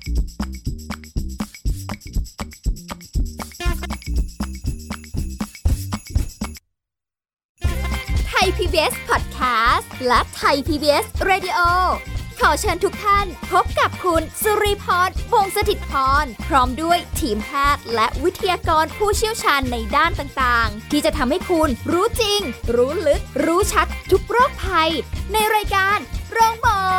ไทย PBS Podcast และไทย PBS Radio ขอเชิญทุกท่านพบกับคุณสุริพร วงศ์สถิตย์พรพร้อมด้วยทีมแพทย์และวิทยากรผู้เชี่ยวชาญในด้านต่างๆที่จะทำให้คุณรู้จริงรู้ลึกรู้ชัดทุกโรคภัยในรายการโรงหมอ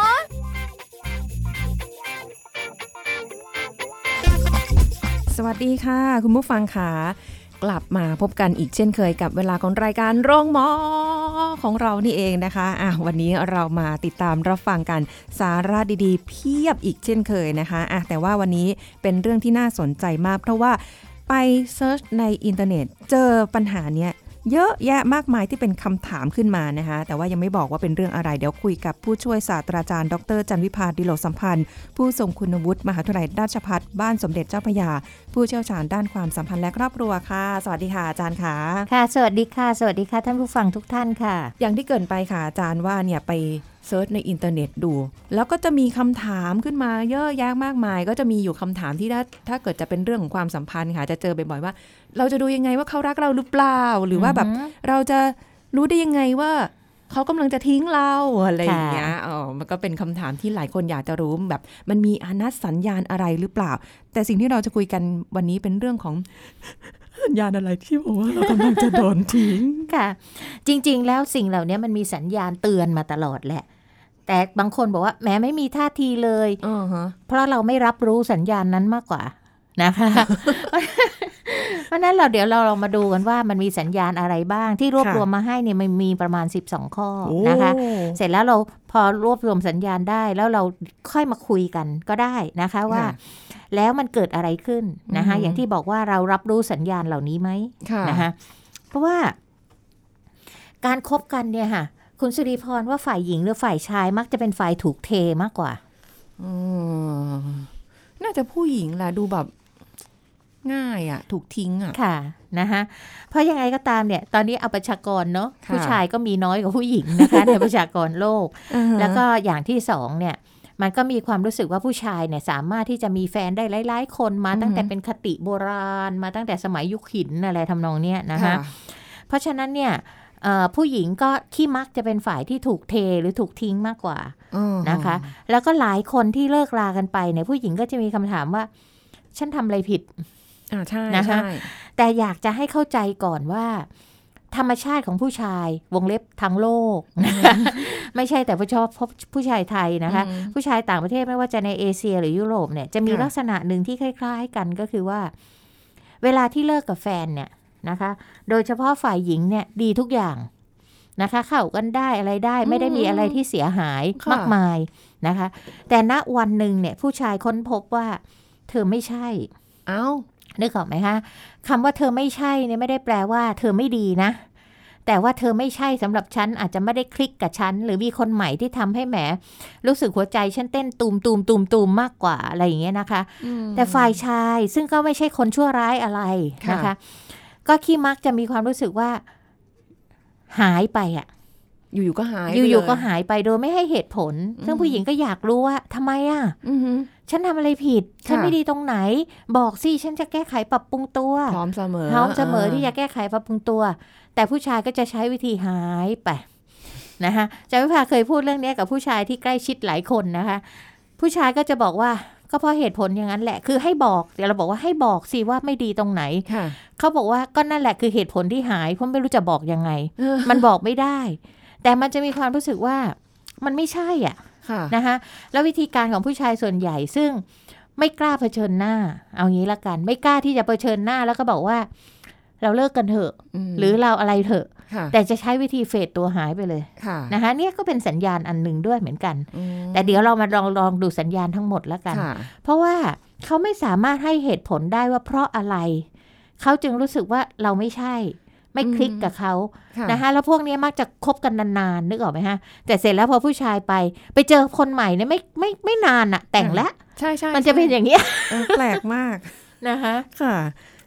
สวัสดีค่ะคุณผู้ฟังค่ะกลับมาพบกันอีกเช่นเคยกับเวลาของรายการโรงหมอของเรานี่เองนะคะวันนี้เรามาติดตามรับฟังกันสาระดีๆเพียบอีกเช่นเคยนะคะแต่ว่าวันนี้เป็นเรื่องที่น่าสนใจมากเพราะว่าไปเซิร์ชในอินเทอร์เน็ตเจอปัญหาเนี้ยเยอะแยะมากมายที่เป็นคำถามขึ้นมานะคะแต่ว่ายังไม่บอกว่าเป็นเรื่องอะไรเดี๋ยวคุยกับผู้ช่วยศาสตราจารย์ดร.จันวิภา ดิโลกสัมพันธ์ผู้ทรงคุณวุฒิมหาวิทยาลัยราชภัฏบ้านสมเด็จเจ้าพระยาผู้เชี่ยวชาญด้านความสัมพันธ์และครอบครัวค่ะสวัสดีค่ะอาจารย์ค่ะค่ะสวัสดีค่ะสวัสดีค่ะท่านผู้ฟังทุกท่านค่ะอย่างที่เกินไปค่ะอาจารย์ว่าเนี่ยไปเซิร์ชในอินเทอร์เน็ตดูแล้วก็จะมีคำถามขึ้นมาเยอะแยะมากมายก็จะมีอยู่คำถามที่ถ้าเกิดจะเป็นเรื่องของความสัมพันธ์ค่ะจะเจอบ่อยๆว่าเราจะดูยังไงว่าเขารักเราหรือเปล่าหรือว่าแบบเราจะรู้ได้ยังไงว่าเขากำลังจะทิ้งเราอะไรอย่างเงี้ยมันก็เป็นคำถามที่หลายคนอยากจะรู้แบบมันมีอนัตสัญญาณอะไรหรือเปล่าแต่สิ่งที่เราจะคุยกันวันนี้เป็นเรื่องของสัญญาณอะไรที่บอกว่าเรากำลังจะโดนทิ้งค่ะจริงๆแล้วสิ่งเหล่านี้มันมีสัญญาณเตือนมาตลอดแหละแต่บางคนบอกว่าแม้ไม่มีท่าทีเลยเพราะเราไม่รับรู้สัญญาณนั้นมากกว่านะคะเพราะนั้นเดี๋ยวเราลองมาดูกันว่ามันมีสัญญาณอะไรบ้างที่รวบรวมมาให้เนี่ยมันมีประมาณ12ข้อนะคะเสร็จแล้วเราพอรวบรวมสัญญาณได้แล้วเราค่อยมาคุยกันก็ได้นะคะว่าแล้วมันเกิดอะไรขึ้นนะคะอย่างที่บอกว่าเรารับรู้สัญญาณเหล่านี้ไหมนะคะเพราะว่าการคบกันเนี่ยค่ะคุณสุริพรว่าฝ่ายหญิงหรือฝ่ายชายมักจะเป็นฝ่ายถูกเทมากกว่าน่าจะผู้หญิงแหละดูแบบง่ายอ่ะถูกทิ้งอ่ะค่ะนะคะเพราะยังไงก็ตามเนี่ยตอนนี้เอาประชากรเนาะผู้ชายก็มีน้อยกว่าผู้หญิงนะคะในประชากรโลกแล้วก็อย่างที่สองเนี่ยมันก็มีความรู้สึกว่าผู้ชายเนี่ยสามารถที่จะมีแฟนได้หลายๆคนมาตั้งแต่เป็นคติโบราณมาตั้งแต่สมัยยุคหินอะไรทำนองเนี้ยนะคะเพราะฉะนั้นเนี่ยผู้หญิงก็ที่มักจะเป็นฝ่ายที่ถูกเทหรือถูกทิ้งมากกว่านะคะแล้วก็หลายคนที่เลิกรากันไปเนี่ยผู้หญิงก็จะมีคำถามว่าฉันทำอะไรผิดใช่นะคะแต่อยากจะให้เข้าใจก่อนว่าธรรมชาติของผู้ชายวงเล็บทั้งโลก ไม่ใช่แต่เฉพาะผู้ชายไทยนะคะผู้ชายต่างประเทศไม่ว่าจะในเอเชียหรือยุโรปเนี่ยจะมีลักษณะหนึ่งที่คล้ายๆกันก็คือว่าเวลาที่เลิกกับแฟนเนี่ยนะคะโดยเฉพาะฝ่ายหญิงเนี่ยดีทุกอย่างนะคะเข้ากันได้อะไรได้ไม่ได้มีอะไรที่เสียหายมากมายนะคะแต่ณวันหนึ่งเนี่ยผู้ชายค้นพบว่าเธอไม่ใช่นึกออกไหมคะคำว่าเธอไม่ใช่เนี่ยไม่ได้แปลว่าเธอไม่ดีนะแต่ว่าเธอไม่ใช่สำหรับฉันอาจจะไม่ได้คลิกกับฉันหรือมีคนใหม่ที่ทำให้แหมรู้สึกหัวใจฉันเต้นตูมมากกว่าอะไรอย่างเงี้ยนะคะแต่ฝ่ายชายซึ่งก็ไม่ใช่คนชั่วร้ายอะไรนะคะก็ขี้มักจะมีความรู้สึกว่าหายไปอ่ะอยู่ๆก็หายอยู่ๆก็หายไปโดยไม่ให้เหตุผลซึ่งผู้หญิงก็อยากรู้ว่าทำไมอ่ะฉันทำอะไรผิดฉันไม่ดีตรงไหนบอกสิฉันจะแก้ไขปรับปรุงตัวพร้อมเสมอที่จะแก้ไขปรับปรุงตัวแต่ผู้ชายก็จะใช้วิธีหายไปนะคะจันวิภาเคยพูดเรื่องนี้กับผู้ชายที่ใกล้ชิดหลายคนนะคะผู้ชายก็จะบอกว่าก็เพราะเหตุผลอย่างนั้นแหละคือให้บอกเดี๋ยวเราบอกว่าให้บอกสิว่าไม่ดีตรงไหนเขาบอกว่าก็นั่นแหละคือเหตุผลที่หายเพราะไม่รู้จะบอกยังไงมันบอกไม่ได้แต่มันจะมีความรู้สึกว่ามันไม่ใช่อ่ะนะคะแล้ววิธีการของผู้ชายส่วนใหญ่ซึ่งไม่กล้าเผชิญหน้าเอางี้ละกันไม่กล้าที่จะเผชิญหน้าแล้วก็บอกว่าเราเลิกกันเถอะหรือเราอะไรเถอะแต่จะใช้วิธีเฟดตัวหายไปเลยนะคะเนี่ยก็เป็นสัญญาณอันหนึ่งด้วยเหมือนกันแต่เดี๋ยวเรามาลองดูสัญญาณทั้งหมดแล้วกันเพราะว่าเขาไม่สามารถให้เหตุผลได้ว่าเพราะอะไรเขาจึงรู้สึกว่าเราไม่ใช่ไม่คลิกกับเขานะคะแล้วพวกนี้มักจะคบกันนานๆนึกออกไหมฮะแต่เสร็จแล้วพอผู้ชายไปเจอคนใหม่เนี่ยไม่นานอะแต่งแล้วใช่มันจะเป็นอย่างนี้แปลกมากนะคะค่ะ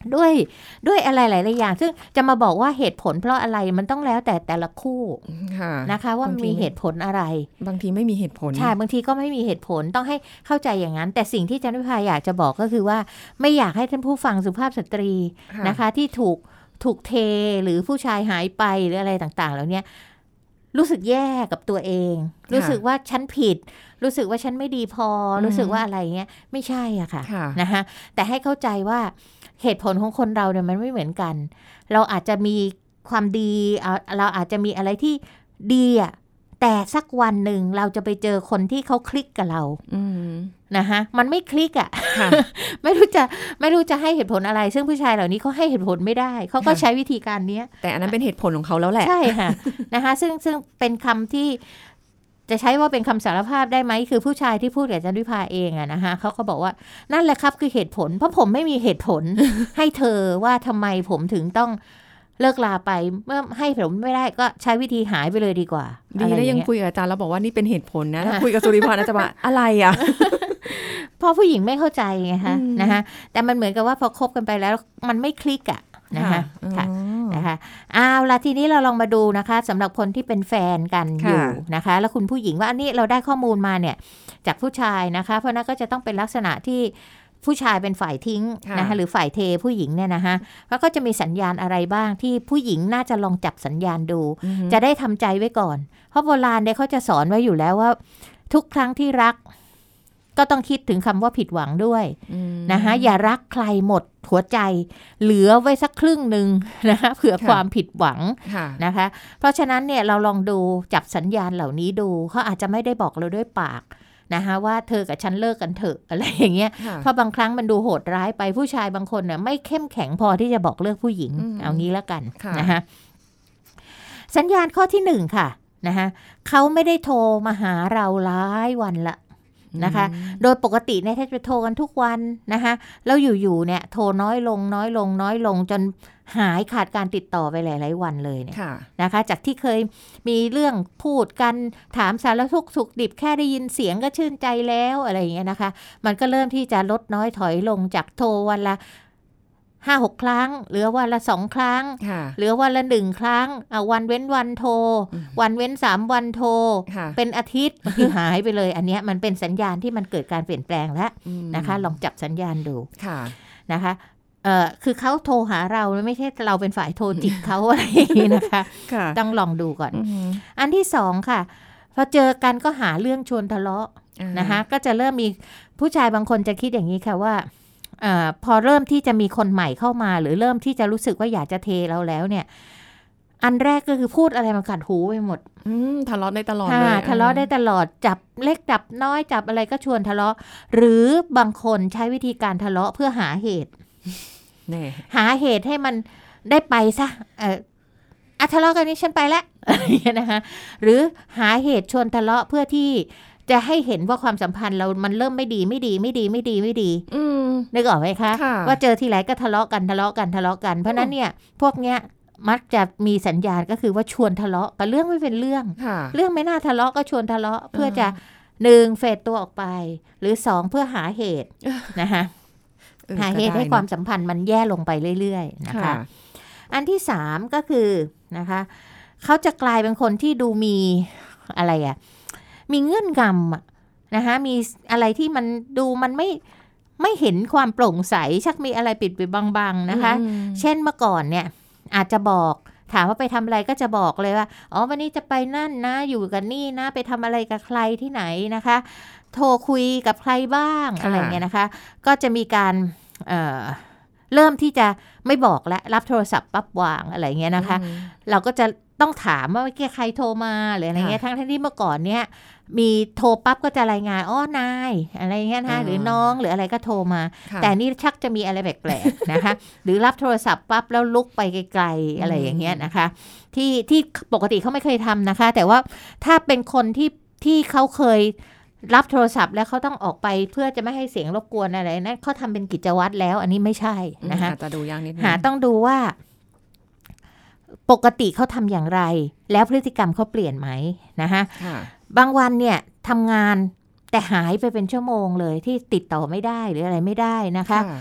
ด้วยอะไรหลายๆอย่างซึ่งจะมาบอกว่าเหตุผลเพราะอะไรมันต้องแล้วแต่ละคู่นะคะว่ามีเหตุผลอะไรบางทีไม่มีเหตุผลใช่บางทีก็ไม่มีเหตุผลต้องให้เข้าใจอย่างนั้นแต่สิ่งที่จันทภาอยากจะบอกก็คือว่าไม่อยากให้ท่านผู้ฟังสุภาพสตรีนะคะที่ถูกเทหรือผู้ชายหายไปหรืออะไรต่างๆแล้วเนี่ยรู้สึกแย่กับตัวเองรู้สึกว่าฉันผิดรู้สึกว่าฉันไม่ดีพอรู้สึกว่าอะไรเงี้ยไม่ใช่อะค่ะนะคะแต่ให้เข้าใจว่าเหตุผลของคนเราเนี่ยมันไม่เหมือนกันเราอาจจะมีความดีเราอาจจะมีอะไรที่ดีอะแต่สักวันหนึ่งเราจะไปเจอคนที่เขาคลิกกับเรานะคะมันไม่คลิกอ่ะ ไม่รู้จะให้เหตุผลอะไรซึ่งผู้ชายเหล่านี้เขาให้เหตุผลไม่ได้เขาก็ใช้วิธีการนี้แต่อันนั้นเป็นเหตุผลของเขาแล้วแหละใช่ค่ะ นะคะซึ่งเป็นคำที่จะใช้ว่าเป็นคำสารภาพได้ไหมคือผู้ชายที่พูดกับจันทภาเองอะนะคะเขาบอกว่านั่นแหละครับคือเหตุผลเพราะผมไม่มีเหตุผล ให้เธอว่าทำไมผมถึงต้องเลิกลาไปเมื่อให้ผมไม่ได้ก็ใช้วิธีหายไปเลยดีกว่าดีนะยังคุยกับอาจารย์แล้วบอกว่านี่เป็นเหตุผลนะถ้าคุยกับสุริพรอาจจะว่าอะไรอ่ะเพราะผู้หญิงไม่เข้าใจไงคะนะคะแต่มันเหมือนกับว่าพอคบกันไปแล้วมันไม่คลิกอ่ะนะคะนะคะเอาละทีนี้เราลองมาดูนะคะสำหรับคนที่เป็นแฟนกันอยู่นะคะแล้วคุณผู้หญิงว่าอันนี้เราได้ข้อมูลมาเนี่ยจากผู้ชายนะคะเพราะนั้นก็จะต้องเป็นลักษณะที่ผู้ชายเป็นฝ่ายทิ้งนะคะหรือฝ่ายเทผู้หญิงเนี่ยนะคะแล้วก็จะมีสัญญาณอะไรบ้างที่ผู้หญิงน่าจะลองจับสัญญาณดูจะได้ทำใจไว้ก่อนเพราะโบราณเนี่ยเขาจะสอนไว้อยู่แล้วว่าทุกครั้งที่รักก็ต้องคิดถึงคำว่าผิดหวังด้วยนะคะอย่ารักใครหมดหัวใจเหลือไว้สักครึ่งนึงนะคะเผื่อความผิดหวังนะคะเพราะฉะนั้นเนี่ยเราลองดูจับสัญญาณเหล่านี้ดูเขาอาจจะไม่ได้บอกเราด้วยปากนะคะว่าเธอกับฉันเลิกกันเถอะอะไรอย่างเงี้ยเพราะบางครั้งมันดูโหดร้ายไปผู้ชายบางคนเนี่ยไม่เข้มแข็งพอที่จะบอกเลิกผู้หญิงเอางี้แล้วกันนะคะสัญญาณข้อที่1ค่ะนะคะเขาไม่ได้โทรมาหาเราหลายวันละนะคะโดยปกติเนี่ยถ้าจะโทรกันทุกวันนะคะแล้วอยู่ๆเนี่ยโทรน้อยลงจนหายขาดการติดต่อไปหลายๆวันเลยเนี่ยนะคะจากที่เคยมีเรื่องพูดกันถามสารทุกข์สุขดิบแค่ได้ยินเสียงก็ชื่นใจแล้วอะไรอย่างเงี้ยนะคะมันก็เริ่มที่จะลดน้อยถอยลงจากโทรวันละ5-6 ครั้งเหลือวันละ2 ครั้งเหลือวันละ1 ครั้งวันเว้นวันโทรวันเว้น3 วันโทรเป็นอาทิตย์ที่หายไปเลยอันนี้มันเป็นสัญญาณที่มันเกิดการเปลี่ยนแปลงแล้วนะคะลองจับสัญญาณดูนะคะคือเขาโทรหาเราไม่ใช่เราเป็นฝ่ายโทรจิกเขาอะไรอย่างนี้นะคะต้องลองดูก่อนอันที่2ค่ะพอเจอกันก็หาเรื่องชวนทะเลาะนะคะก็จะเริ่มมีผู้ชายบางคนจะคิดอย่างนี้ค่ะว่าพอเริ่มที่จะมีคนใหม่เข้ามาหรือเริ่มที่จะรู้สึกว่าอยากจะเทเราแล้วเนี่ยอันแรกก็คือพูดอะไรมันขัดหูไปหมดทะเลาะได้ตลอดเลยทะเลาะได้ตลอดจับเล็กจับน้อยจับอะไรก็ชวนทะเลาะหรือบางคนใช้วิธีการทะเลาะเพื่อหาเหตุหาเหตุให้มันได้ไปซะทะเลาะกันนี้ฉันไปแล้วนะคะหรือหาเหตุชวนทะเลาะเพื่อที่จะให้เห็นว่าความสัมพันธ์เรามันเริ่มไม่ดีนึกออกไหมคะว่าเจอทีไรก็ทะเลาะกันเพราะนั้นเนี่ยพวกเนี้ยมักจะมีสัญญาณก็คือว่าชวนทะเลาะกับเรื่องไม่เป็นเรื่องไม่น่าทะเลาะก็ชวนทะเลาะเพื่อจะ1เฟดตัวออกไปหรือ2เพื่อหาเหตุนะคะหาเหตุให้ความสัมพันธ์มันแย่ลงไปเรื่อยๆนะคะอันที่3ก็คือนะคะเขาจะกลายเป็นคนที่ดูมีอะไรมีเงื่อนงำนะคะมีอะไรที่มันดูมันไม่เห็นความโปร่งใสชักมีอะไรปิดบังๆนะคะเช่นเมื่อก่อนเนี่ยอาจจะบอกถามว่าไปทำอะไรก็จะบอกเลยว่าวันนี้จะไปนั่นนะอยู่กันนี่นะไปทำอะไรกับใครที่ไหนนะคะโทรคุยกับใครบ้างอะไรเงี้ยนะคะก็จะมีการเริ่มที่จะไม่บอกและรับโทรศัพท์ปั๊บวางอะไรเงี้ยนะคะเราก็จะต้องถามว่าใครโทรมาหรืออะไรเงี้ยทั้งที่เมื่อก่อนเนี้ยมีโทรปั๊บก็จะรายงานนายอะไรเงี้ยนะคะหรือน้องหรืออะไรก็โทรมาแต่นี่ชักจะมีอะไรแปลกๆนะคะหรือรับโทรศัพท์ปั๊บแล้วลุกไปไกลๆอะไรอย่างเงี้ยนะคะที่ปกติเขาไม่เคยทำนะคะแต่ว่าถ้าเป็นคนที่เขาเคยรับโทรศัพท์แล้วเขาต้องออกไปเพื่อจะไม่ให้เสียงรบกวนอะไรนั่นเขาทำเป็นกิจวัตรแล้วอันนี้ไม่ใช่นะคะจะดูอย่างนิดนึงต้องดูว่าปกติเขาทำอย่างไรแล้วพฤติกรรมเขาเปลี่ยนไหมนะคะบางวันเนี่ยทำงานแต่หายไปเป็นชั่วโมงเลยที่ติดต่อไม่ได้หรืออะไรไม่ได้นะคะ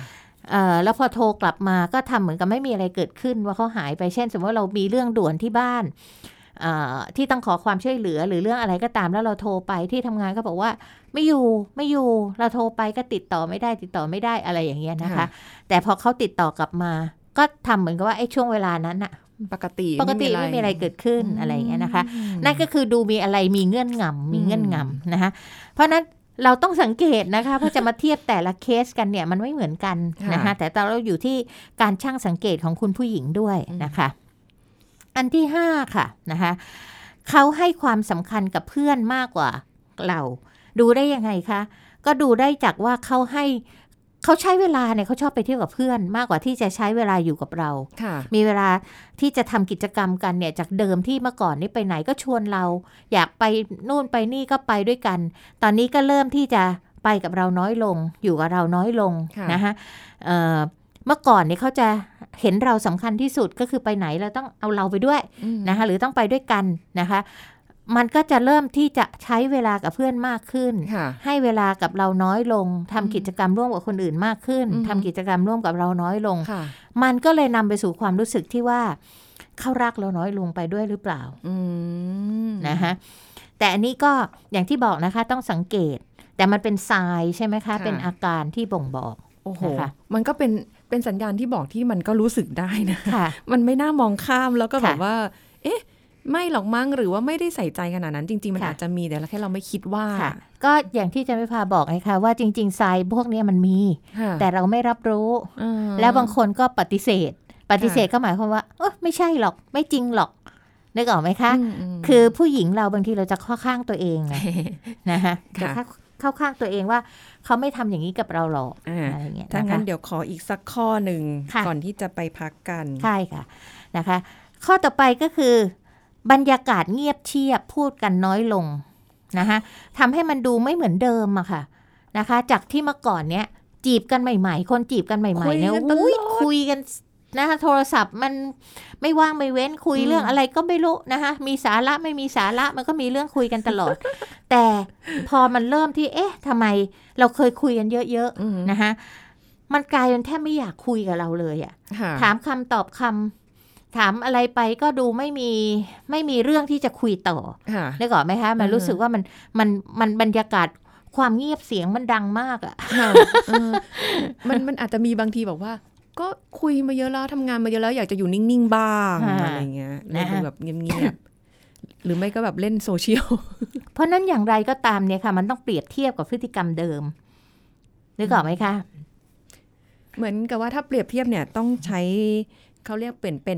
แล้วพอโทรกลับมาก็ทำเหมือนกับไม่มีอะไรเกิดขึ้นว่าเขาหายไปเช่นสมมติว่าเรามีเรื่องด่วนที่บ้านที่ต้องขอความช่วยเหลือหรือเรื่องอะไรก็ตามแล้วเราโทรไปที่ทำงานก็บอกว่าไม่อยู่เราโทรไปก็ติดต่อไม่ได้อะไรอย่างเงี้ยนะคะแต่พอเขาติดต่อกลับมาก็ทำเหมือนกับว่าไอ้ช่วงเวลานั้นอะปกติไม่มีอะไรเกิดขึ้นอะไรอย่างเงี้ยนะคะนั่นก็คือดูมีอะไรมีเงื่อนงำนะคะเพราะนั้นเราต้องสังเกตนะคะเพราะจะมาเทียบแต่ละเคสกันเนี่ยมันไม่เหมือนกันนะคะแต่เราอยู่ที่การชั่งสังเกตของคุณผู้หญิงด้วยนะคะอันที่5ค่ะนะคะเขาให้ความสำคัญกับเพื่อนมากกว่าเราดูได้ยังไงคะก็ดูได้จากว่าเขาใช้เวลาเนี่ยเขาชอบไปเที่ยวกับเพื่อนมากกว่าที่จะใช้เวลาอยู่กับเรามีเวลาที่จะทำกิจกรรมกันเนี่ยจากเดิมที่เมื่อก่อนนี่ไปไหนก็ชวนเราอยากไปนู่นไปนี่ก็ไปด้วยกันตอนนี้ก็เริ่มที่จะไปกับเราน้อยลงอยู่กับเราน้อยลงนะคะเมื่อก่อนเนี่ยเขาจะเห็นเราสำคัญที่สุดก็คือไปไหนเราต้องเอาเราไปด้วยนะคะหรือต้องไปด้วยกันนะคะมันก็จะเริ่มที่จะใช้เวลากับเพื่อนมากขึ้นให้เวลากับเราน้อยลงทำกิจกรรมร่วมกับคนอื่นมากขึ้นทำกิจกรรมร่วมกับเราน้อยลงมันก็เลยนำไปสู่ความรู้สึกที่ว่าเขารักเราน้อยลงไปด้วยหรือเปล่านะคะแต่อันนี้ก็อย่างที่บอกนะคะต้องสังเกตแต่มันเป็นทรายใช่ไหมคะเป็นอาการที่บ่งบอกโอ้โหมันก็เป็นสัญญาณที่บอกที่มันก็รู้สึกได้นะมันไม่น่ามองข้ามแล้วก็แบบว่าเอ๊ะไม่หรอกมั้งหรือว่าไม่ได้ใส่ใจขนาดนั้นจริงๆมันอาจจะมีแต่แค่เราไม่คิดว่าก็อย่างที่จะไม่พาบอกไงคะว่าจริงๆทรายพวกนี้มันมีแต่เราไม่รับรู้แล้วบางคนก็ปฏิเสธก็หมายความว่าไม่ใช่หรอกไม่จริงหรอกนึกออกไหมคะคือผู้หญิงเราบางทีเราจะเข้าข้างตัวเองนะคะจะเข้าข้างตัวเองว่าเขาไม่ทำอย่างนี้กับเราหรอกอะไรเงี้ยถ้างั้นเดี๋ยวขออีกสักข้อหนึ่งก่อนที่จะไปพักกันใช่ค่ะนะคะข้อต่อไปก็คือบรรยากาศเงียบเชียบพูดกันน้อยลงนะคะทำให้มันดูไม่เหมือนเดิมอะค่ะนะคะจากที่เมื่อก่อนเนี้ยจีบกันใหม่ๆคนจีบกันใหม่ๆเนี่ยคุยกันนะคะโทรศัพท์มันไม่ว่างไม่เว้นคุยเรื่องอะไรก็ไม่รู้นะคะมีสาระไม่มีสาระมันก็มีเรื่องคุยกันตลอด แต่พอมันเริ่มที่ทำไมเราเคยคุยกันเยอะๆนะคะมันกลายเป็นแทบไม่อยากคุยกับเราเลยอะถามคำตอบคำถามอะไรไปก็ดูไม่มีเรื่องที่จะคุยต่อได้ก่อนไหมคะมันรู้สึกว่ามันบรรยากาศความเงียบเสียงมันดังมากอะมันอาจจะมีบางทีบอกว่าก็คุยมาเยอะแล้วทำงานมาเยอะแล้วอยากจะอยู่นิ่งๆบ้างอะไรเงี้ยเลยดูแบบเงียบๆหรือไม่ก็แบบเล่นโซเชียลเพราะนั้นอย่างไรก็ตามเนี่ยค่ะมันต้องเปรียบเทียบกับพฤติกรรมเดิมนึกออกไหมคะเหมือนกับว่าถ้าเปรียบเทียบเนี่ยต้องใช้เขาเรียกเป็น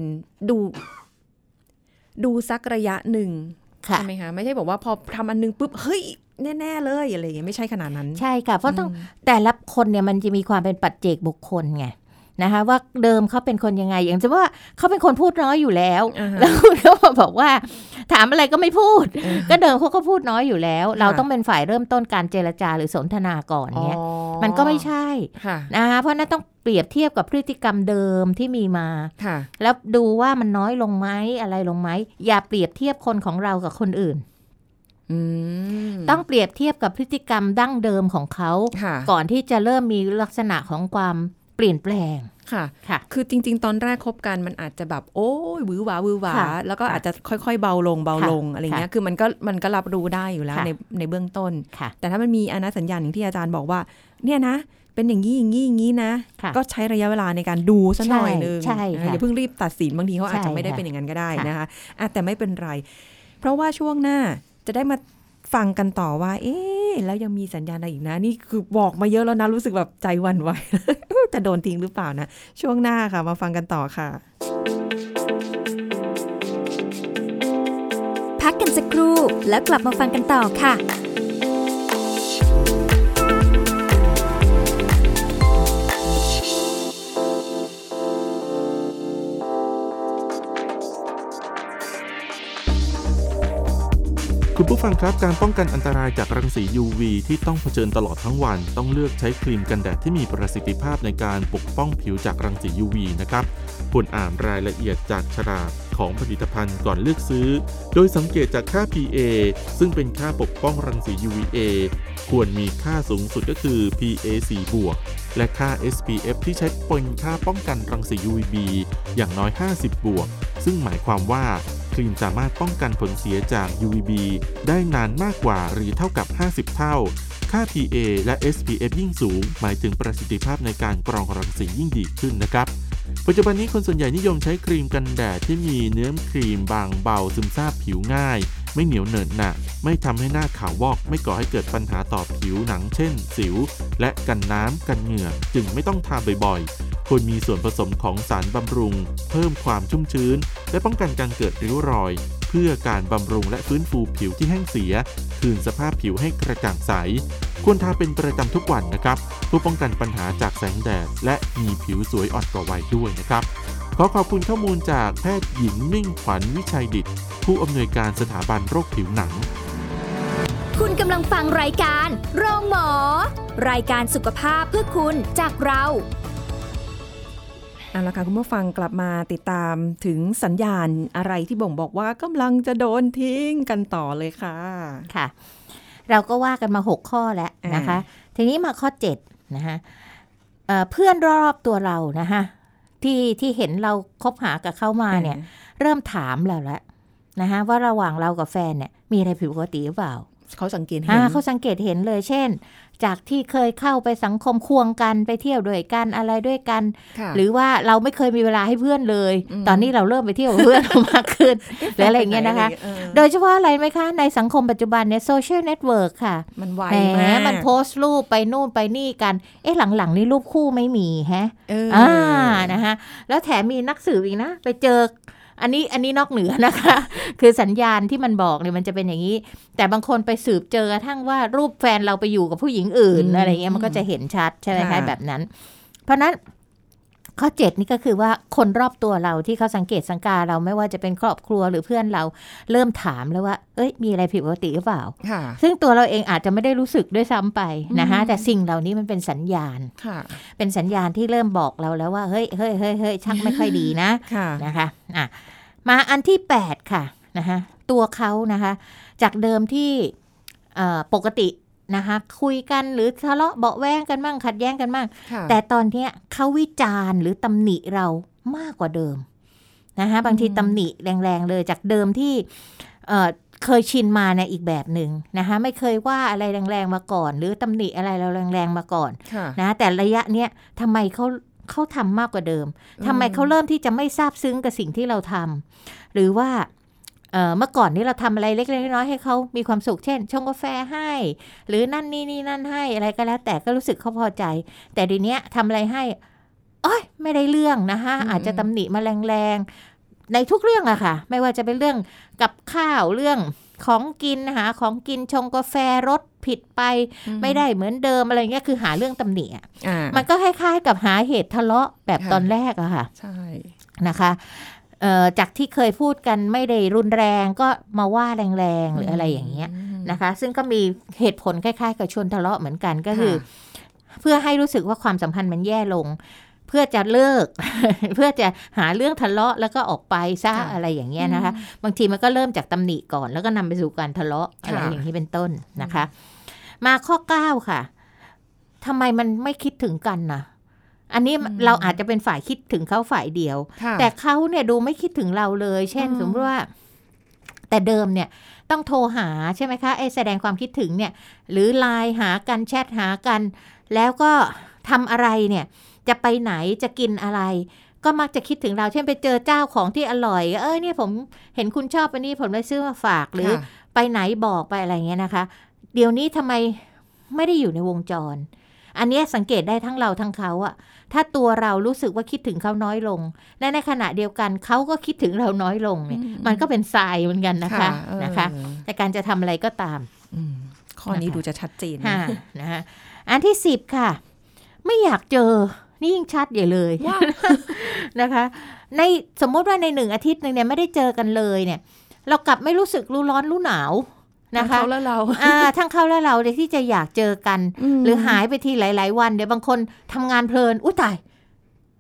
ดูสักระยะหนึ่งใช่ไหมคะไม่ใช่บอกว่าพอทำอันนึงปุ๊บเฮ้ยแน่ๆเลยอะไรอย่างเงี้ยไม่ใช่ขนาดนั้นใช่ค่ะเพราะต้องแต่ละคนเนี่ยมันจะมีความเป็นปัจเจกบุคคลไงนะคะว่าเดิมเขาเป็นคนยังไงอย่างเช่นว่าเขาเป็นคนพูดน้อยอยู่แล้วแล้วคุณก็บอกว่าถามอะไรก็ไม่พูดก็เดิมเขาก็พูดน้อยอยู่แล้วเราต้องเป็นฝ่ายเริ่มต้นการเจรจาหรือสนทนาก่อนเนี่ยมันก็ไม่ใช่นะคะเพราะนั้นต้องเปรียบเทียบกับพฤติกรรมเดิมที่มีมาแล้วดูว่ามันน้อยลงไหมอะไรลงไหมอย่าเปรียบเทียบคนของเรากับคนอื่นต้องเปรียบเทียบกับพฤติกรรมดั้งเดิมของเขาก่อนที่จะเริ่มมีลักษณะของความเปลี่ยนแปลงค่ะคือจริงๆตอนแรกคบกันมันอาจจะแบบโอ้ยหวือหวาแล้วก็อาจจะค่อยๆเบาลงอะไรเงี้ยคือมันก็รับรู้ได้อยู่แล้วในเบื้องต้นแต่ถ้ามันมีอนัสัญญาณอย่างที่อาจารย์บอกว่าเนี่ยนะเป็นอย่างนี้นะก็ใช้ระยะเวลาในการดูสักหน่อยนึงอย่าเพิ่งรีบตัดสินบางทีเขาอาจจะไม่ได้เป็นอย่างนั้นก็ได้นะคะแต่ไม่เป็นไรเพราะว่าช่วงหน้าจะได้มาฟังกันต่อว่าแล้วยังมีสัญญาณอะไรอีกนะนี่คือบอกมาเยอะแล้วนะรู้สึกแบบใจหวั่นไหว จะโดนทิ้งหรือเปล่านะช่วงหน้าค่ะมาฟังกันต่อค่ะพักกันสักครู่แล้วกลับมาฟังกันต่อค่ะคุณผู้ฟังครับการป้องกันอันตรายจากรังสี UV ที่ต้องเผชิญตลอดทั้งวันต้องเลือกใช้ครีมกันแดดที่มีประสิทธิภาพในการปกป้องผิวจากรังสี UV นะครับควรอ่านรายละเอียดจากฉลากของผลิตภัณฑ์ก่อนเลือกซื้อโดยสังเกตจากค่า PA ซึ่งเป็นค่าปกป้องรังสี UVA ควรมีค่าสูงสุดก็คือ PA 4 บวกและค่า SPF ที่ใช้เป็นค่าป้องกันรังสี UVB อย่างน้อย50 บวกซึ่งหมายความว่าครีมสามารถป้องกันผลเสียจาก UVB ได้นานมากกว่าหรือเท่ากับ50 เท่าค่า PA และ SPF ยิ่งสูงหมายถึงประสิทธิภาพในการกรองรังสียิ่งดีขึ้นนะครับปัจจุบันนี้คนส่วนใหญ่นิยมใช้ครีมกันแดดที่มีเนื้อครีมบางเบาซึมซาบผิวง่ายไม่เหนียวเหนอะหนะไม่ทำให้หน้าขาววอกไม่ก่อให้เกิดปัญหาต่อผิวหนังเช่นสิวและกันน้ำกันเหงื่อจึงไม่ต้องทาบ่อยๆควรมีส่วนผสมของสารบำรุงเพิ่มความชุ่มชื้นและป้องกันการเกิดริ้วรอยเพื่อการบำรุงและฟื้นฟูผิวที่แห้งเสียคืนสภาพผิวให้กระจ่างใสควรทาเป็นประจำทุกวันนะครับเพื่อป้องกันปัญหาจากแสงแดดและมีผิวสวยอ่อนกว่าวัยด้วยนะครับขอขอบคุณข้อมูลจากแพทย์หญิงมิ่งขวัญวิชัยดิษฐ์ผู้อำนวยการสถาบันโรคผิวหนังคุณกำลังฟังรายการโรงหมอรายการสุขภาพเพื่อคุณจากเราเอาละค่ะคุณผู้ฟังกลับมาติดตามถึงสัญญาณอะไรที่บ่งบอกว่ากำลังจะโดนทิ้งกันต่อเลยค่ะค่ะเราก็ว่ากันมา6ข้อแล้วนะคะทีนี้มาข้อ7นะคะเพื่อนรอบตัวเรานะคะที่เห็นเราคบหากับเขามาเนี่ยเริ่มถามเราแล้วนะคะว่าระหว่างเรากับแฟนเนี่ยมีอะไรผิดปกติหรือเปล่าเขาสังเกตเห็นเขาสังเกตเห็นเลยเช่นจากที่เคยเข้าไปสังคมควงกันไปเที่ยวด้วยกันอะไรด้วยกันหรือว่าเราไม่เคยมีเวลาให้เพื่อนเลยตอนนี้เราเริ่มไปเที่ยวกับเพื่อนมากขึ้นหรืออะไรอย่างเงี้ยนะคะโดยเฉพาะอะไรไหมคะในสังคมปัจจุบันเนี่ยโซเชียลเน็ตเวิร์กค่ะมันไวมากมันโพสต์รูปไปนู่นไปนี่กันหลังๆนี่รูปคู่ไม่มีฮะนะคะแล้วแถมมีนักสืบอีกนะไปเจออันนี้นอกเหนือนะคะคือสัญญาณที่มันบอกเนี่ยมันจะเป็นอย่างนี้แต่บางคนไปสืบเจอกระทั่งว่ารูปแฟนเราไปอยู่กับผู้หญิงอื่นอะไรเงี้ยมันก็จะเห็นชัดใช่ไหมคะแบบนั้นเพราะนั้นข้อ7นี่ก็คือว่าคนรอบตัวเราที่เขาสังเกตสังกาเราไม่ว่าจะเป็นครอบครัวหรือเพื่อนเราเริ่มถามแล้วว่ามีอะไรผิดปกติหรือเปล่าซึ่งตัวเราเองอาจจะไม่ได้รู้สึกด้วยซ้ำไปนะคะแต่สิ่งเหล่านี้มันเป็นสัญญาณเป็นสัญญาณที่เริ่มบอกเราแล้วว่าเฮ้ยชักไม่ค่อยดีนะนะคะมาอันที่8ค่ะนะคะตัวเขานะคะจากเดิมที่ปกตินะคะคุยกันหรือทะเลาะเบาะแว้งกันบ้างขัดแย้งกันบ้างแต่ตอนนี้เขาวิจารณ์หรือตำหนิเรามากกว่าเดิมนะคะบางทีตำหนิแรงๆเลยจากเดิมที่เคยชินมาในอีกแบบหนึ่งนะคะไม่เคยว่าอะไรแรงๆมาก่อนหรือตำหนิอะไรเราแรงๆมาก่อนนะแต่ระยะเนี้ยทำไมเขาทำมากกว่าเดิมทำไมเขาเริ่มที่จะไม่ซาบซึ้งกับสิ่งที่เราทำหรือว่าเมื่อก่อนนี้เราทำอะไรเล็กๆน้อยๆให้เขามีความสุขเช่นชงกาแฟให้หรือนั่นนี่นั่นให้อะไรก็แล้วแต่ก็รู้สึกเขาพอใจแต่เดี๋ยวนี้ทำอะไรให้ไม่ได้เรื่องนะคะอาจจะตำหนิมาแรงๆในทุกเรื่องอะค่ะไม่ว่าจะเป็นเรื่องกับข้าวเรื่องของกินหาของกินชงกาแฟรสผิดไปไม่ได้เหมือนเดิมอะไรเงี้ยคือหาเรื่องตำหนิมันก็คล้ายๆกับหาเหตุทะเลาะแบบตอนแรกอะค่ะใช่นะคะจากที่เคยพูดกันไม่ได้รุนแรงก็มาว่าแรงๆหรืออะไรอย่างเงี้ยนะคะซึ่งก็มีเหตุผลคล้ายๆกับชวนทะเลาะเหมือนกันก็คือเพื่อให้รู้สึกว่าความสัมพันธ์มันแย่ลงเพื่อจะเลิก เพื่อจะหาเรื่องทะเลาะแล้วก็ออกไปซะอะไรอย่างเงี้ยนะคะบางทีมันก็เริ่มจากตำหนิก่อนแล้วก็นำไปสู่การทะเลาะอะไรอย่างนี้เป็นต้นนะคะมาข้อ9ค่ะทำไมมันไม่คิดถึงกันนะอันนี้เราอาจจะเป็นฝ่ายคิดถึงเขาฝ่ายเดียวแต่เขาเนี่ยดูไม่คิดถึงเราเลยเช่นสมมติว่าแต่เดิมเนี่ยต้องโทรหาใช่ไหมคะแสดงความคิดถึงเนี่ยหรือไลน์หากันแชทหากันแล้วก็ทำอะไรเนี่ยจะไปไหนจะกินอะไรก็มักจะคิดถึงเราเช่นไปเจอเจ้าของที่อร่อยเนี่ยผมเห็นคุณชอบอันนี้ผมเลยซื้อมาฝากหรือไปไหนบอกไปอะไรเงี้ยนะคะเดี๋ยวนี้ทำไมไม่ได้อยู่ในวงจรอันนี้สังเกตได้ทั้งเราทั้งเขาอะถ้าตัวเรารู้สึกว่าคิดถึงเขาน้อยลงและในขณะเดียวกันเขาก็คิดถึงเราน้อยลงเนี่ยมันก็เป็นทรายเหมือนกันนะคะแต่การจะทำอะไรก็ตามข้อนี้ดูจะชัดเจนนะคะอันที่10ค่ะไม่อยากเจอนี่ยิ่งชัดใหญ่เลยนะคะในสมมติว่าใน1อาทิตย์นึงเนี่ยไม่ได้เจอกันเลยเนี่ยเรากลับไม่รู้สึกรู้ร้อนรู้หนาวนะคะทั้งเขาและเราทั้งเขาและเราที่จะอยากเจอกันหรือหายไปทีหลายๆวันเดี๋ยวบางคนทำงานเพลินอุ้ยตาย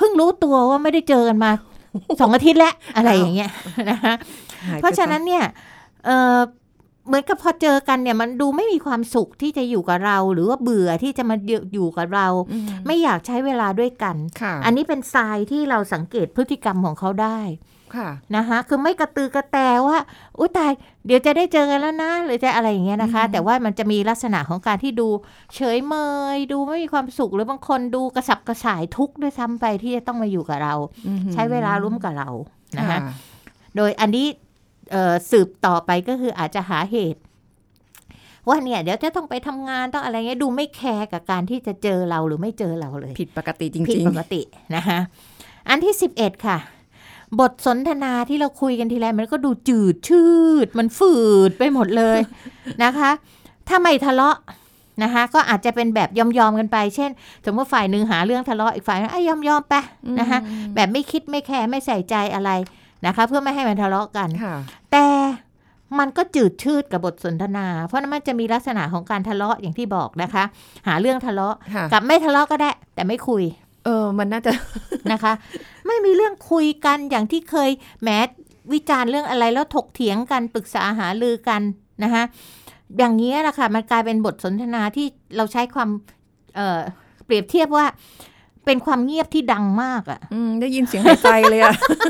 พิ่งรู้ตัวว่าไม่ได้เจอกันมา 2 อาทิตย์แล้วอะไรอย่างเงี้ยนะคะเพราะฉะนั้นเนี่ยเหมือนกับพอเจอกันเนี่ยมันดูไม่มีความสุขที่จะอยู่กับเราหรือว่าเบื่อที่จะมาอยู่กับเราไม่อยากใช้เวลาด้วยกันอันนี้เป็นทรายที่เราสังเกตพฤติกรรมของเขาได้นะคะคือไม่กระตือกระแตว่าอุ๊ยตายเดี๋ยวจะได้เจอกันแล้วนะหรือจะอะไรอย่างเงี้ยนะคะแต่ว่ามันจะมีลักษณะของการที่ดูเฉยเมยดูไม่มีความสุขหรือบางคนดูกระสับกระส่ายทุกข์ด้วยซ้ำไปที่จะต้องมาอยู่กับเราใช้เวลาร่วมกับเรานะคะโดยอันนี้สืบต่อไปก็คืออาจจะหาเหตุว่าเนี่ยเดี๋ยวจะต้องไปทำงานต้องอะไรเงี้ยดูไม่แคร์กับการที่จะเจอเราหรือไม่เจอเราเลยผิดปกติจริงๆผิดปกตินะคะอันที่11ค่ะบทสนทนาที่เราคุยกันทีไรมันก็ดูจืดชืดมันฝืดไปหมดเลยนะคะถ้าไม่ทะเลาะนะคะก็อาจจะเป็นแบบยอมกันไปเช่นสมมติฝ่ายหนึ่งหาเรื่องทะเลาะอีกฝ่ายยอมไปนะคะแบบไม่คิดไม่แคร์ไม่ใส่ใจอะไรนะคะเพื่อไม่ให้มันทะเลาะกันแต่มันก็จืดชืดกับบทสนทนาเพราะมันจะมีลักษณะของการทะเลาะอย่างที่บอกนะคะหาเรื่องทะเลาะกับไม่ทะเลาะก็ได้แต่ไม่คุยมันน่าจะนะคะไม่มีเรื่องคุยกันอย่างที่เคยแม้วิจารณ์เรื่องอะไรแล้วถกเถียงกันปรึกษาหารือกันนะคะอย่างนี้แหละค่ะมันกลายเป็นบทสนทนาที่เราใช้ความเปรียบเทียบว่าเป็นความเงียบที่ดังมากได้ยินเสียงหายใจเลย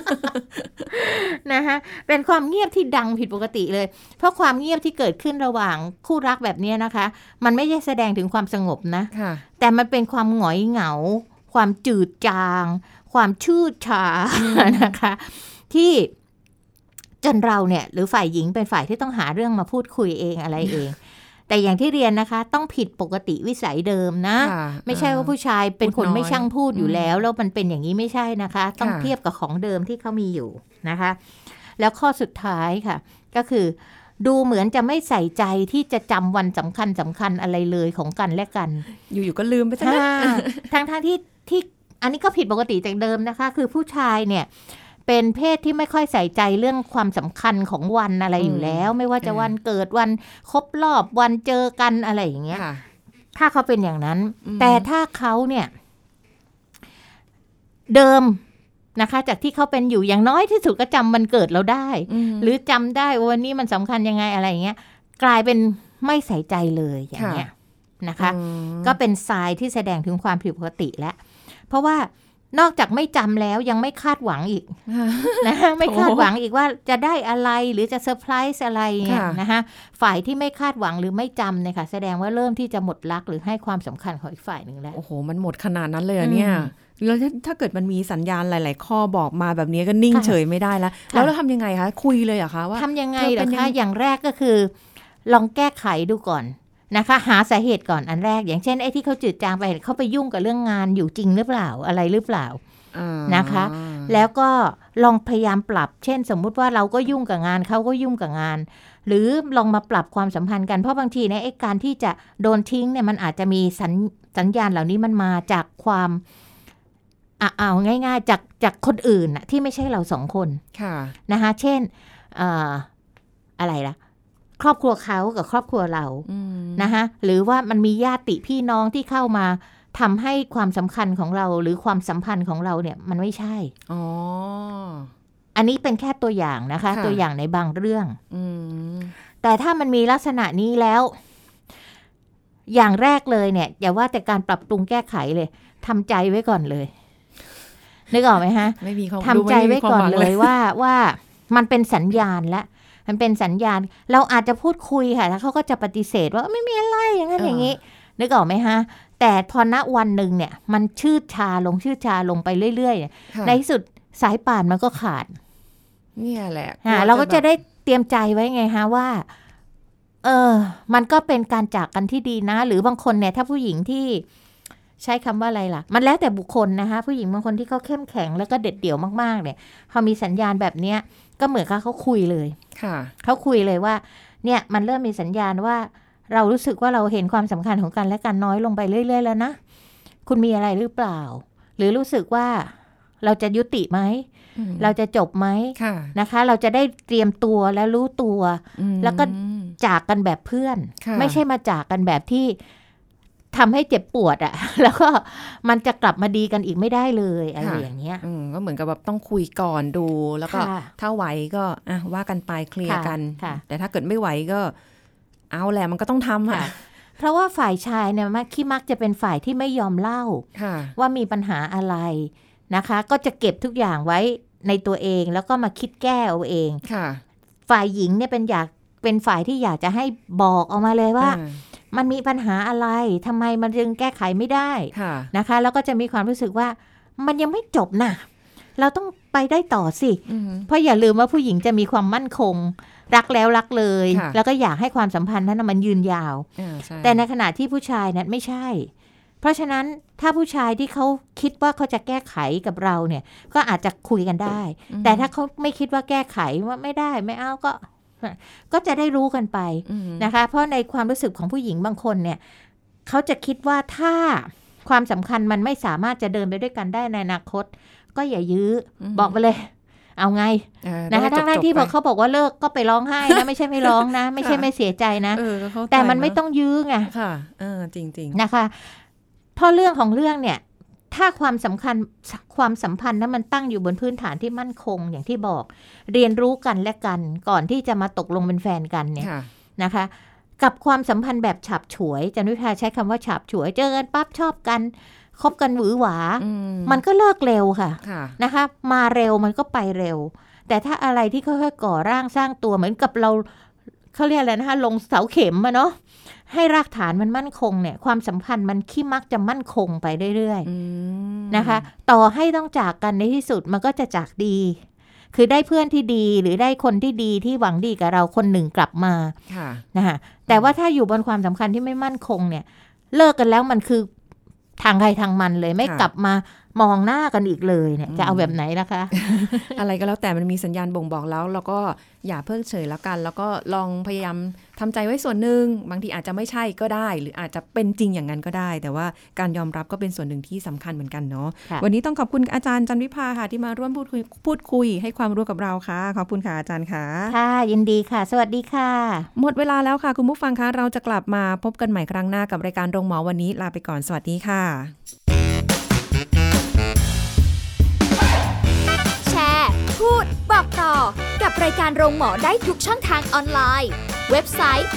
นะคะเป็นความเงียบที่ดังผิดปกติเลยเพราะความเงียบที่เกิดขึ้นระหว่างคู่รักแบบนี้นะคะมันไม่ใช่แสดงถึงความสงบนะแต่มันเป็นความหงอยเหงาความจืดจางความชืดชานะคะที่จนเราเนี่ยหรือฝ่ายหญิงเป็นฝ่ายที่ต้องหาเรื่องมาพูดคุยเองอะไรเองแต่อย่างที่เรียนนะคะต้องผิดปกติวิสัยเดิมนะไม่ใช่ว่าผู้ชายเป็นคนไม่ช่างพูดอยู่แล้วมันเป็นอย่างนี้ไม่ใช่นะคะต้องเทียบกับของเดิมที่เขามีอยู่นะคะแล้วข้อสุดท้ายค่ะก็คือดูเหมือนจะไม่ใส่ใจที่จะจำวันสำคัญอะไรเลยของกันและกันอยู่ๆก็ลืมไปซะทั้งที่อันนี้ก็ผิดปกติจากเดิมนะคะคือผู้ชายเนี่ยเป็นเพศที่ไม่ค่อยใส่ใจเรื่องความสำคัญของวันอะไรอยู่แล้วไม่ว่าจะวันเกิดวันครบรอบวันเจอกันอะไรอย่างเงี้ยถ้าเขาเป็นอย่างนั้นแต่ถ้าเขาเนี่ยเดิมนะคะจากที่เขาเป็นอยู่อย่างน้อยที่สุดก็จำวันเกิดเราได้หรือจำได้วันนี้มันสำคัญยังไงอะไรอย่างเงี้ยกลายเป็นไม่ใส่ใจเลยอย่างเงี้ยนะคะก็เป็นทรายที่แสดงถึงความผิดปกติแล้วเพราะว่านอกจากไม่จำแล้วยังไม่คาดหวังอีกนะไม่คาดหวังอีกว่าจะได้อะไรหรือจะเซอร์ไพรส์อะไรเนี่ยนะคะฝ่ายที่ไม่คาดหวังหรือไม่จำเนี่ยค่ะแสดงว่าเริ่มที่จะหมดรักหรือให้ความสำคัญของอีกฝ่ายหนึ่งแล้วโอ้โหมันหมดขนาดนั้นเลยเนี่ยแล้วถ้าเกิดมันมีสัญญาณหลายๆข้อบอกมาแบบนี้ก็นิ่งเฉยไม่ได้แล้วเราทำยังไงคะคุยเลยเหรอคะว่าทำยังไงเหรอคะอย่างแรกก็คือลองแก้ไขดูก่อนนะคะหาสาเหตุก่อนอันแรกอย่างเช่นไอ้ที่เขาจืดจางไปเขาไปยุ่งกับเรื่องงานอยู่จริงหรือเปล่าอะไรหรือเปล่านะคะแล้วก็ลองพยายามปรับเช่นสมมุติว่าเราก็ยุ่งกับงานเขาก็ยุ่งกับงานหรือลองมาปรับความสัมพันธ์กันเพราะบางทีเนี่ยไอ้การที่จะโดนทิ้งเนี่ยมันอาจจะมีสัญญาณเหล่านี้มันมาจากความเอาง่ายๆจากคนอื่นน่ะที่ไม่ใช่เราสองคนนะคะเช่นอะไรล่ะครอบครัวเขากับครอบครัวเรานะคะหรือว่ามันมีญาติพี่น้องที่เข้ามาทำให้ความสำคัญของเราหรือความสัมพันธ์ของเราเนี่ยมันไม่ใช่อันนี้เป็นแค่ตัวอย่างนะคะตัวอย่างในบางเรื่องแต่ถ้ามันมีลักษณะนี้แล้วอย่างแรกเลยเนี่ยอย่าว่าแต่การปรับปรุงแก้ไขเลยทำใจไว้ก่อนเลยนึกออกไหมฮะทำใจไว้ก่อนเลยว่ามันเป็นสัญญาณและมันเป็นสัญญาณเราอาจจะพูดคุยค่ะแล้วเขาก็จะปฏิเสธว่าไม่มีอะไรอย่างนั้นอย่างนี้นึกออกไหมฮะแต่พอณวันหนึ่งเนี่ยมันชืดชาลงไปเรื่อยๆในที่สุดสายป่านมันก็ขาดเนี่ยแหละเราก็จะได้เตรียมใจไว้ไงฮะว่ามันก็เป็นการจากกันที่ดีนะหรือบางคนเนี่ยถ้าผู้หญิงที่ใช้คำว่าอะไรล่ะมันแล้วแต่บุคคลนะคะผู้หญิงบางคนที่เขาเข้มแข็งแล้วก็เด็ดเดี่ยวมากๆเนี่ยพอมีสัญญาณแบบเนี้ยก็เหมือนกับเขาคุยเลยเขาคุยเลยว่าเนี่ยมันเริ่มมีสัญญาณว่าเรารู้สึกว่าเราเห็นความสำคัญของกันและกันน้อยลงไปเรื่อยๆแล้วนะคุณมีอะไรหรือเปล่าหรือรู้สึกว่าเราจะยุติไหมเราจะจบไหมนะคะเราจะได้เตรียมตัวและรู้ตัวแล้วก็จากกันแบบเพื่อนไม่ใช่มาจากกันแบบที่ทำให้เจ็บปวดอ่ะ แล้วก็มันจะกลับมาดีกันอีกไม่ได้เลยอะไรอย่างเงี้ยก็เหมือนกับแบบต้องคุยก่อนดูแล้วก็ถ้าไหวก็ว่ากันไปเคลียร์กันแต่ถ้าเกิดไม่ไหวก็เอาแหละมันก็ต้องทำค่ะเพราะว่าฝ่ายชายเนี่ยมักจะเป็นฝ่ายที่ไม่ยอมเล่าว่ามีปัญหาอะไรนะคะก็จะเก็บทุกอย่างไว้ในตัวเองแล้วก็มาคิดแก้เอาเองฝ่ายหญิงเนี่ยเป็นฝ่ายที่อยากจะให้บอกออกมาเลยว่ามันมีปัญหาอะไรทำไมมันจึงแก้ไขไม่ได้นะคะแล้วก็จะมีความรู้สึกว่ามันยังไม่จบนะเราต้องไปได้ต่อสิเพราะอย่าลืมว่าผู้หญิงจะมีความมั่นคงรักแล้วรักเลยแล้วก็อยากให้ความสัมพันธ์นั้นมันยืนยาวแต่ในขณะที่ผู้ชายนั้นไม่ใช่เพราะฉะนั้นถ้าผู้ชายที่เขาคิดว่าเขาจะแก้ไขกับเราเนี่ยก็อาจจะคุยกันได้แต่ถ้าเขาไม่คิดว่าแก้ไขว่าไม่ได้ไม่เอาก็จะได้รู้กันไปนะคะเพราะในความรู้สึกของผู้หญิงบางคนเนี่ยเขาจะคิดว่าถ้าความสำคัญมันไม่สามารถจะเดินไปด้วยกันได้ในอนาคตก็อย่ายื้อบอกไปเลยเอาไงนะคะทั้งที่พอเขาบอกว่าเลิกก็ไปร้องไห้นะไม่ใช่ไม่ร้องนะไม่ใช่ไม่เสียใจนะแต่มันไม่ต้องยื้อไงค่ะจริงๆนะคะเพราะเรื่องของเรื่องเนี่ยถ้าความสัมพันธ์นั้นมันตั้งอยู่บนพื้นฐานที่มั่นคงอย่างที่บอกเรียนรู้กันและกันก่อนที่จะมาตกลงเป็นแฟนกันเนี่ยนะคะกับความสัมพันธ์แบบฉับฉวยจันวิภาใช้คำว่าฉับฉวยเจอกันปั๊บชอบกันคบกันหวือหวามันก็เลิกเร็วค่ะนะคะมาเร็วมันก็ไปเร็วแต่ถ้าอะไรที่ค่อยๆก่อร่างสร้างตัวเหมือนกับเขาเรียกอะไรนะคะลงเสาเข็มอะเนาะให้รากฐานมันมั่นคงเนี่ยความสัมพันธ์มันมักจะมั่นคงไปเรื่อยๆนะคะต่อให้ต้องจากกันในที่สุดมันก็จะจากดีคือได้เพื่อนที่ดีหรือได้คนที่ดีที่หวังดีกับเราคนหนึ่งกลับมานะคะแต่ว่าถ้าอยู่บนความสัมพันธ์ที่ไม่มั่นคงเนี่ยเลิกกันแล้วมันคือทางใครทางมันเลยไม่กลับมามองหน้ากันอีกเลยเนี่ยจะเอาแบบไหนล่ะคะอะไรก็แล้วแต่มันมีสัญญาณบ่งบอกแล้วก็อย่าเพิกเฉยแล้วกันแล้วก็ลองพยายามทำใจไว้ส่วนหนึ่งบางทีอาจจะไม่ใช่ก็ได้หรืออาจจะเป็นจริงอย่างนั้นก็ได้แต่ว่าการยอมรับก็เป็นส่วนหนึ่งที่สำคัญเหมือนกันเนาะวันนี้ต้องขอบคุณอาจารย์จันวิภาค่ะที่มาร่วมพูดคุยให้ความรู้กับเราค่ะขอบคุณค่ะอาจารย์ค่ะค่ะยินดีค่ะสวัสดีค่ะหมดเวลาแล้วค่ะคุณผู้ฟังคะเราจะกลับมาพบกันใหม่ครั้งหน้ากับรายการโรงหมอวันนี้ลาไปก่อนสวัสดีค่ะพูดบอกต่อกับรายการโรงหมอได้ทุกช่องทางออนไลน์เว็บไซต์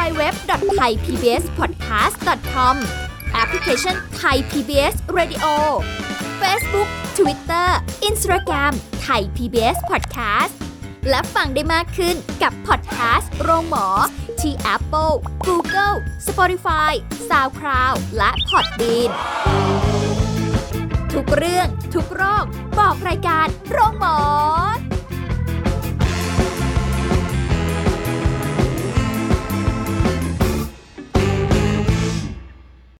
www.thaipbspodcast.com แอปพลิเคชัน Thai PBS Radio Facebook Twitter Instagram Thai PBS Podcast และฟังได้มากขึ้นกับพอดแคสต์โรงหมอที่ Apple, Google, Spotify, SoundCloud และ Podbeanทุกเรื่องทุกโรคบอกรายการโรงหมอ